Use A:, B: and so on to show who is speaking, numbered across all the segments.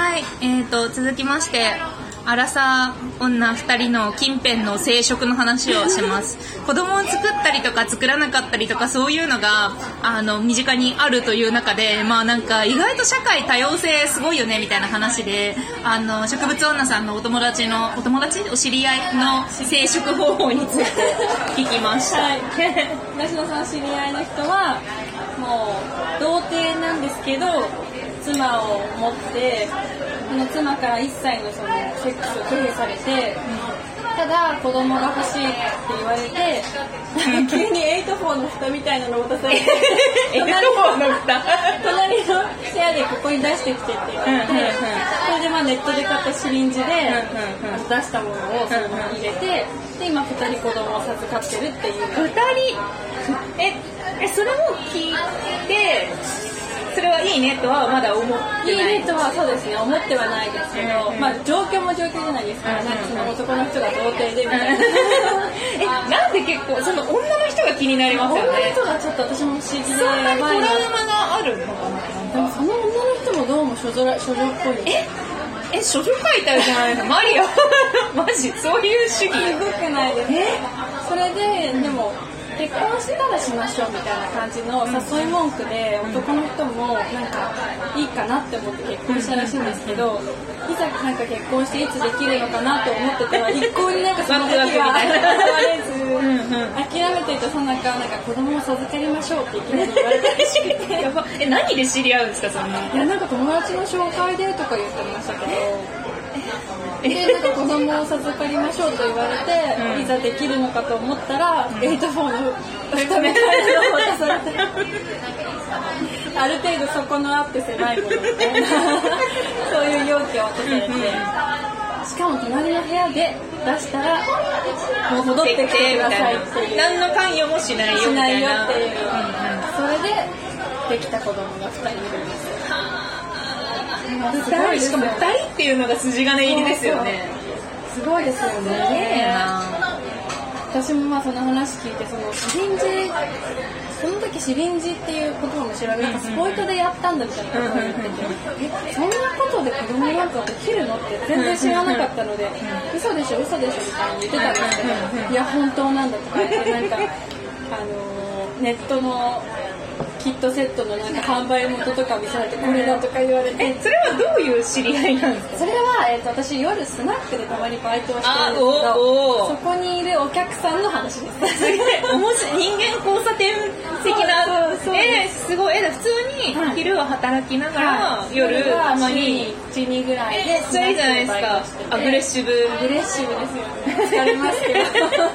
A: はい、続きましてアラサー女2人の近辺の生殖の話をします子供を作ったりとか作らなかったりとかそういうのが身近にあるという中で、まあなんか意外と社会多様性すごいよねみたいな話で植物女さんのお知り合いの生殖方法について聞きました、
B: はい、東野さん知り合いの人はもう童貞なんですけど妻を持ってその妻から一切のそのセックスを拒否されて、ただ子供が欲しいって言われて急に8-4の蓋みたいなのを渡されて隣の部屋でここに出してきてって言われて、それでまあネットで買ったシリンジで出したものをそのまま入れて、で今2人子供を授かってるっていう。
A: 2人それも聞いてそれはいいねとはまだ思ってない。
B: いいねとはそうですね思ってはないですけど、まあ状況も状況じゃないですか。なんかその男の人が童貞でみたいな。
A: なんで結構その女の人が気になりますよね。
B: 女の人がちょっと私も不思議で
A: そんなにトラウマがあるのかな。
B: でもその女の人もどうも処女っぽい。
A: 処女書いてあるじゃないのマリアマジそういう主義
B: すごくないですか。それででも結婚してからしましょうみたいな感じの誘い文句で男の人もなんかいいかなって思って結婚したらしいんですけど、いざなんか結婚していつできるのかなと思ってたら一向になんかその時が現れず諦めていたさなかなんか子供を授かりましょうっていきなり言われたらしくて
A: やば何で知り合うんですかそんな。
B: いやなんか友達の紹介でとか言ってましたけどでなんか子供を授かりましょうと言われて、いざできるのかと思ったら、8-4の蓋みたいなのを渡されてある程度そこのあって狭いものみたいなそういう容器を渡されて、しかも隣の部屋で出したらもう戻ってきてくださいっていう
A: 何の関与もしないよみたいな
B: っていう、それでできた子供が2人いるんですよ。
A: しかも2人っていうのが筋金入りですよね。
B: すごいですよね。
A: すげえな。
B: 私もまあその話聞いてその時シリンジっていう言葉も調べてスポイトでやったんだみたいなことを言ってて、そんなことで子供なんかできるのって全然知らなかったので、嘘でしょみたいに言ってたんですけど、いや本当なんだとか言ってなんかネットのキットセットのなんか販売元とか見せられてこれだとか言われて、
A: それはどういう知り合いなんですか。
B: それは、私夜スナックでたまにバイトをしてるんですけど、そこにいるお客さんの話です。
A: 人間交差点的な。すごい。普通に昼は働きながら、夜たまに
B: 1,2 ぐらいで
A: それいいじゃないですか。アグレッシブ
B: ですよね。疲れますけど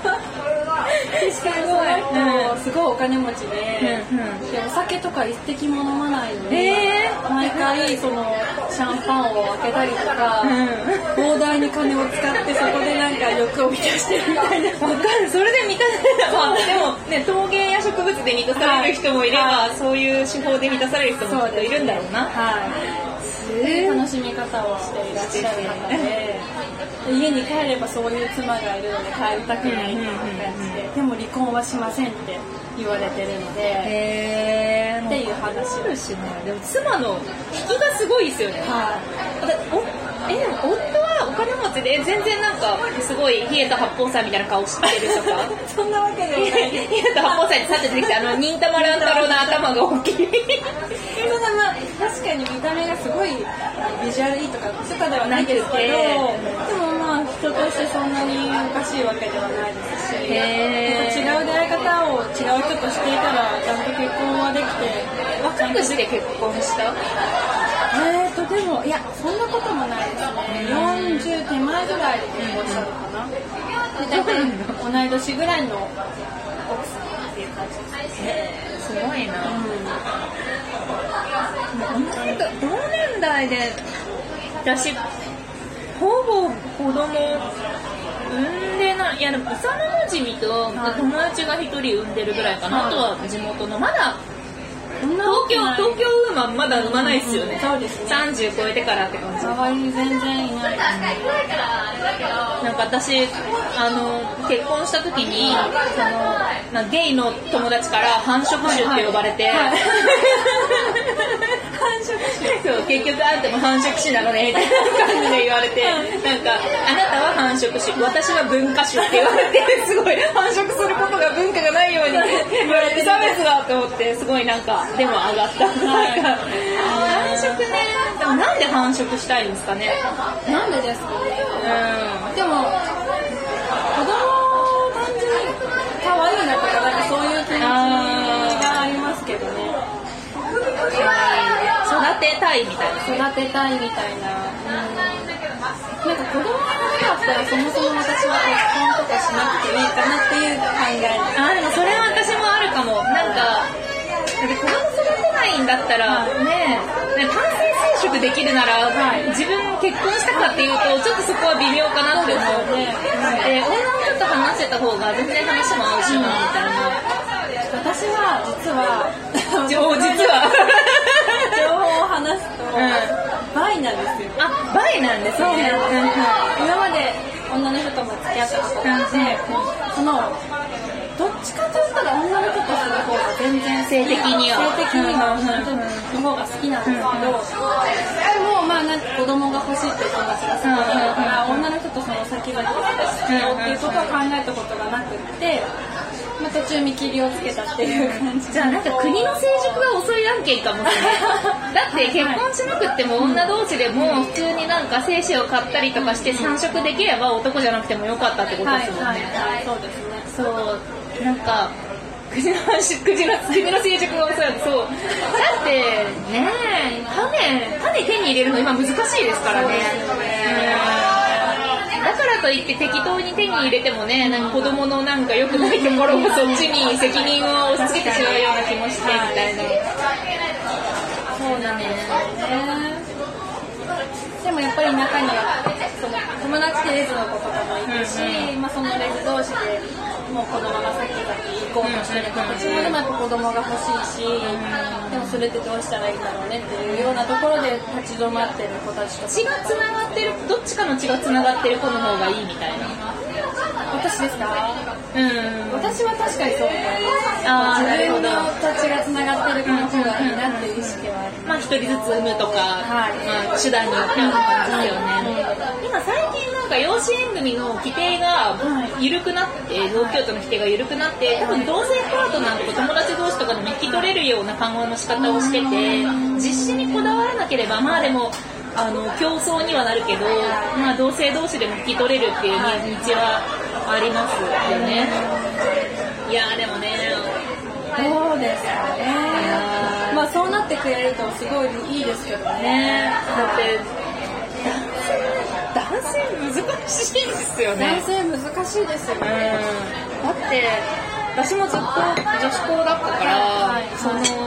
B: すごいお金持ちで、お酒とか一滴も飲まないので、毎回そのシャンパンを開けたりとか、膨大に金を使ってそこでなんか欲を満たしてるみたいな。
A: わかる。それで満たされる。でもね陶芸や植物で満たされる人もいれば、そういう手法で満たされる人もきっといるんだろうな。
B: 楽しみ方をしていらっしゃる方で、家に帰ればそういう妻がいるので帰りたくないって感じで、でも離婚はしませんって言われてるので、っていう話ですね。
A: でも妻の引きがすごいですよね。でも夫はお金持ちで全然なんかすごい冷えた八宝菜みたいな顔してるとか
B: そんなわけではない。
A: 冷えた八宝菜に立ててきた忍たま乱太郎の頭が大きい
B: 確かに見た目がすごいビジュアルいいとかとかではないですけど、でもまあ人としてそんなにおかしいわけではないですし、違う出会い方を違う人としていたらちゃんと結婚はできて。
A: 若くして結婚した？
B: でもいやそんなこともないですね。40手前ぐらいで結婚したのかな。大体同い年ぐらいの奥さんっていう感じですね。
A: すごいな。同年代で私ほぼ子供産んでない。いやでも幼なじみと友達が一人産んでるぐらいかな。あとは地元のまだ東京ウーマンまだ産まないですよね。
B: そうですね。
A: 30超えてからって感じ。
B: 周りに全然いない。
A: なんか私結婚した時にゲイの友達から繁殖種って呼ばれて、 そう結局あんたも繁殖種なのねみたいな感じで言われて、なんかあなたは繁殖種、私は文化種って言われて、すごい繁殖することが文化がないように言われて差別だと思って、すごいなんかでも上がった。なんか繁殖ね、でもなんで繁殖したいんですかね。
B: なんでですかね。でも子供単純に可愛いなとかなんかそういう気持ちがありますけどね。
A: 育てたいみたいな。
B: 育てたいみたいな。なんか子供がだったらそもそも私は結婚とかしなくていいかなっていう考え。
A: でもそれは私もあるかも。なんか子供育てないんだったらね、単性生殖できるなら、自分結婚したかっていうとちょっとそこは微妙かなって思う。で、女の人と話してた方が全然話も合うしなみたいな。
B: 私は実は
A: 情報を
B: 話すと、バイなんですよ。
A: バイなんですね。
B: 今まで女の人とも付き合ったことがあって、どっちかといったら女の人とする方が全然性的にはの方が好きなんですけど、でもまあなんか子供が欲しいっていう気持ちがすごいあるから、女の人とその先々しようっていうことを考えたことがなくって、途中見切りをつけたっていう感じ。
A: じゃあなんか国の成熟が遅い案件かもしれない。だって結婚しなくっても女同士でも普通になんか精子を買ったりとかして繁殖できれば男じゃなくてもよかったってことですもんね。
B: そうですね。
A: そう、なんか国の成熟が遅い。そう。だってね、種手に入れるの今難しいですからね。だからといって適当に手に入れてもね、なんか子供のなんか良くないところもそっちに責任を押し付けてしまうような気もしてみたいな。
B: そうなんですね。でもやっぱり中にはその友達でレズの子とかもいるし、そのレズ同士でもうこのまま先々行こうとしてる子たちもでもやっぱ子供が欲しいし、でもそれってどうしたらいいんだろうねっていうようなところで立ち止まってる子たちとか、
A: 血がつながってる、どっちかの血がつながってる子の方がいいみたいな。
B: 私ですか？私は確かにそう思います。自分のたちがつながってる子の方がいいなっていう意識はあります。
A: 一人ずつ産むとか、手段によっては感じですよね。今最近なんか養子縁組の規定が緩くなって、東京都の規定が緩くなって、多分同性パートナーとか友達同士とかでも引き取れるような緩和の仕方をしてて、実施にこだわらなければでも競争にはなるけど、同性同士でも引き取れるっていう道はありますよね。いやでもね、
B: そうですかね。そうなってくれるとすごいいいですけどね。
A: だって男性難しいですよね。
B: 男性難しいですよね。
A: だって私もずっと女子校だったから、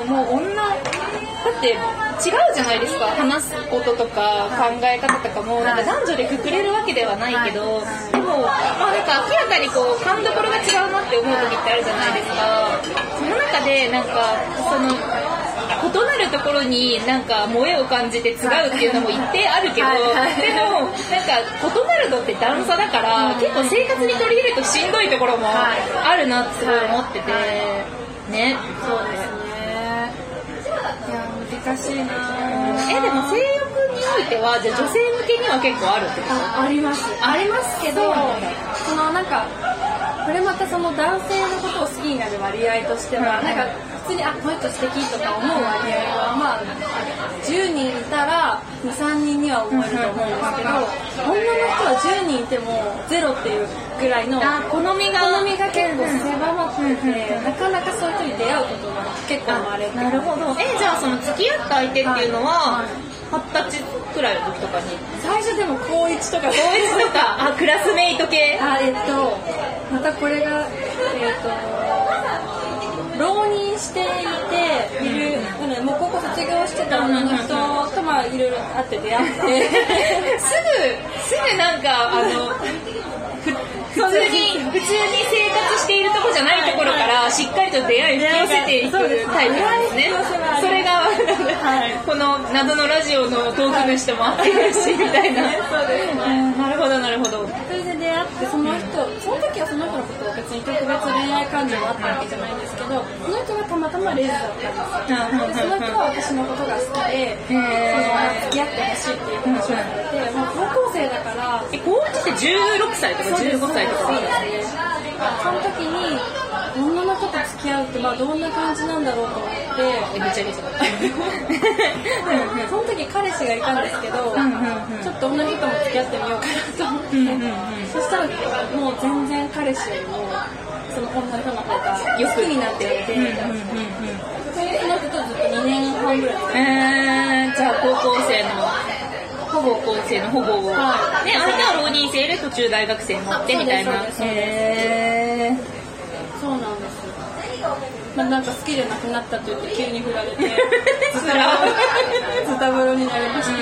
A: もう女だって違うじゃないですか。話すこととか考え方とかもなんか男女でくくれるわけではないけど、でもなんか明らかに勘どころが違うなって思う時ってあるじゃないですか。その中でなんか異なるところになんか萌えを感じて違うっていうのも一定あるけど、でもなんか異なるのって段差だから、結構生活に取り入れるとしんどいところもあるなってすごい思っててね。
B: そうですね。いや難しいな。
A: でも性欲においてはじゃあ女性向けには結構あるってこと？
B: ありますけど、なんかこれまたその男性のことを好きになる割合としては、なんか普通にこの人素敵とか思う割合は10人いたら 2,3 人には思えると思うんですけど、女の人は10人いても0っていうぐらいの好みが結構狭まってて、なかなかそういう人に出会うことが結構稀。
A: なるほど。じゃあその付き合った相手っていうのは20歳くらいの時とかに？
B: 最初でも高1とか
A: クラスメイト系？
B: またこれが浪人しているもう高校卒業してた女の人といろいろ会って出会って
A: すぐなんか普通に生活しているとこじゃないところからしっかりと出会い引き寄せていくタイプなんですね。それがこの謎のラジオのトーク主とも合ってるしみたいな。なるほどなるほど。
B: それで出会っでその時はその人のことを別に特別恋愛感情があったわけじゃないんですけど、その人がたまたまレズだったんですよ。でその人は私のことが好きで、付き合ってほしいっていう話をされて、もう高校生だから
A: 高1って16歳とか15歳とか
B: そうですね。その時に女の子と付き合うってどんな感じなんだろうと思って
A: めっちゃいいです
B: その時彼氏がいたんですけど、ちょっと女の人とも付き合ってみようかなと思って、そしたらもう全然彼氏よりもその女の人の方が好きになってて、その人とずっと2年半ぐらい
A: じゃあ高校生のほぼ高校生のほぼ、ね、相手は浪人生で途中大学生になってみたいな。
B: そうなんです。なんか好きじゃなくなったと言って急に振られてズタボロになりました、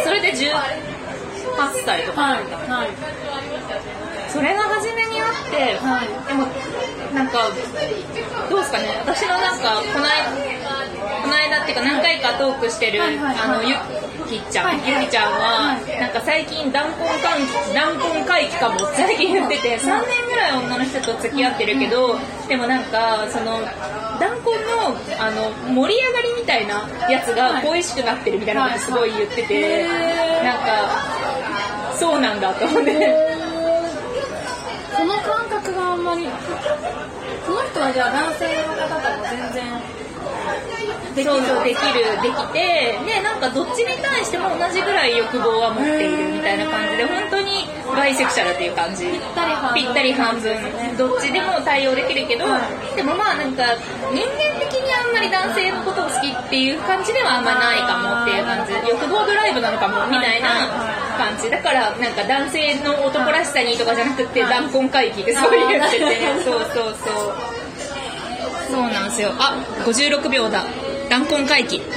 A: それで18歳とか、
B: はい、
A: それが初めにあって、でもなんかどうですかね、私のなんかこの間っていうか何回かトークしてるゆきちゃんはなんか最近弾痕回帰かも最近言ってて、3年ぐらい女の人と付き合ってるけど、でもなんかその弾痕の盛り上がりみたいなやつが恋しくなってるみたいなことすごい言ってて、なんかそうなんだと思って。
B: その感覚があんまり、その人はじゃあ男性の方とも全然
A: できて、でなんかどっちに対しても同じぐらい欲望は持っているみたいな感じで、本当にバイセクシャルっていう感じ、ぴったり半分、どっちでも対応できるけど、でもなんか人間的にあんまり男性のことを好きっていう感じではあんまないかもっていう感じ、欲望ドライブなのかもみたいな感じだから、なんか男性の男らしさにとかじゃなくて弾痕回帰ってそう言ってて、そうなんですよ。56秒だ、弾痕回帰。